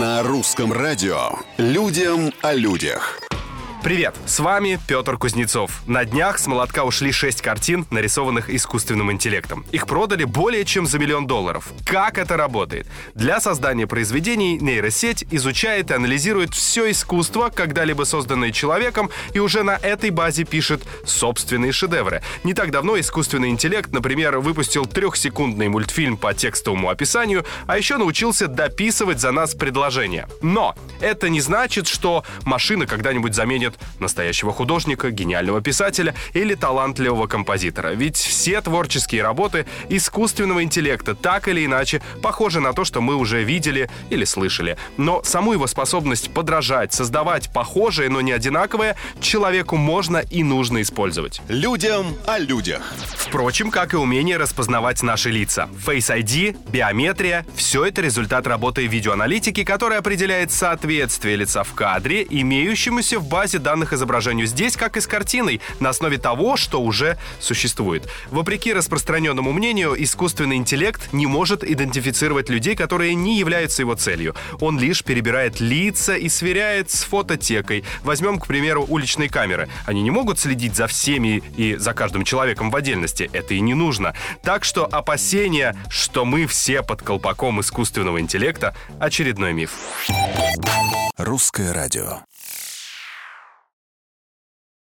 На русском радио «Людям о людях». Привет, с вами Петр Кузнецов. На днях с молотка ушли 6 картин, нарисованных искусственным интеллектом. Их продали более чем за $1 миллион. Как это работает? Для создания произведений нейросеть изучает и анализирует все искусство, когда-либо созданное человеком, и уже на этой базе пишет собственные шедевры. Не так давно искусственный интеллект, например, выпустил 3-секундный мультфильм по текстовому описанию, а еще научился дописывать за нас предложения. Но это не значит, что машина когда-нибудь заменит настоящего художника, гениального писателя или талантливого композитора. Ведь все творческие работы искусственного интеллекта так или иначе похожи на то, что мы уже видели или слышали. Но саму его способность подражать, создавать похожее, но не одинаковое, человеку можно и нужно использовать. Людям о людях. Впрочем, как и умение распознавать наши лица. Face ID, биометрия — все это результат работы видеоаналитики, которая определяет соответствие лица в кадре, имеющемуся в базе данных изображению. Здесь, как и с картиной, на основе того, что уже существует. Вопреки распространенному мнению, искусственный интеллект не может идентифицировать людей, которые не являются его целью. Он лишь перебирает лица и сверяет с фототекой. Возьмем, к примеру, уличные камеры. Они не могут следить за всеми и за каждым человеком в отдельности. Это и не нужно. Так что опасения, что мы все под колпаком искусственного интеллекта — очередной миф. Русское радио.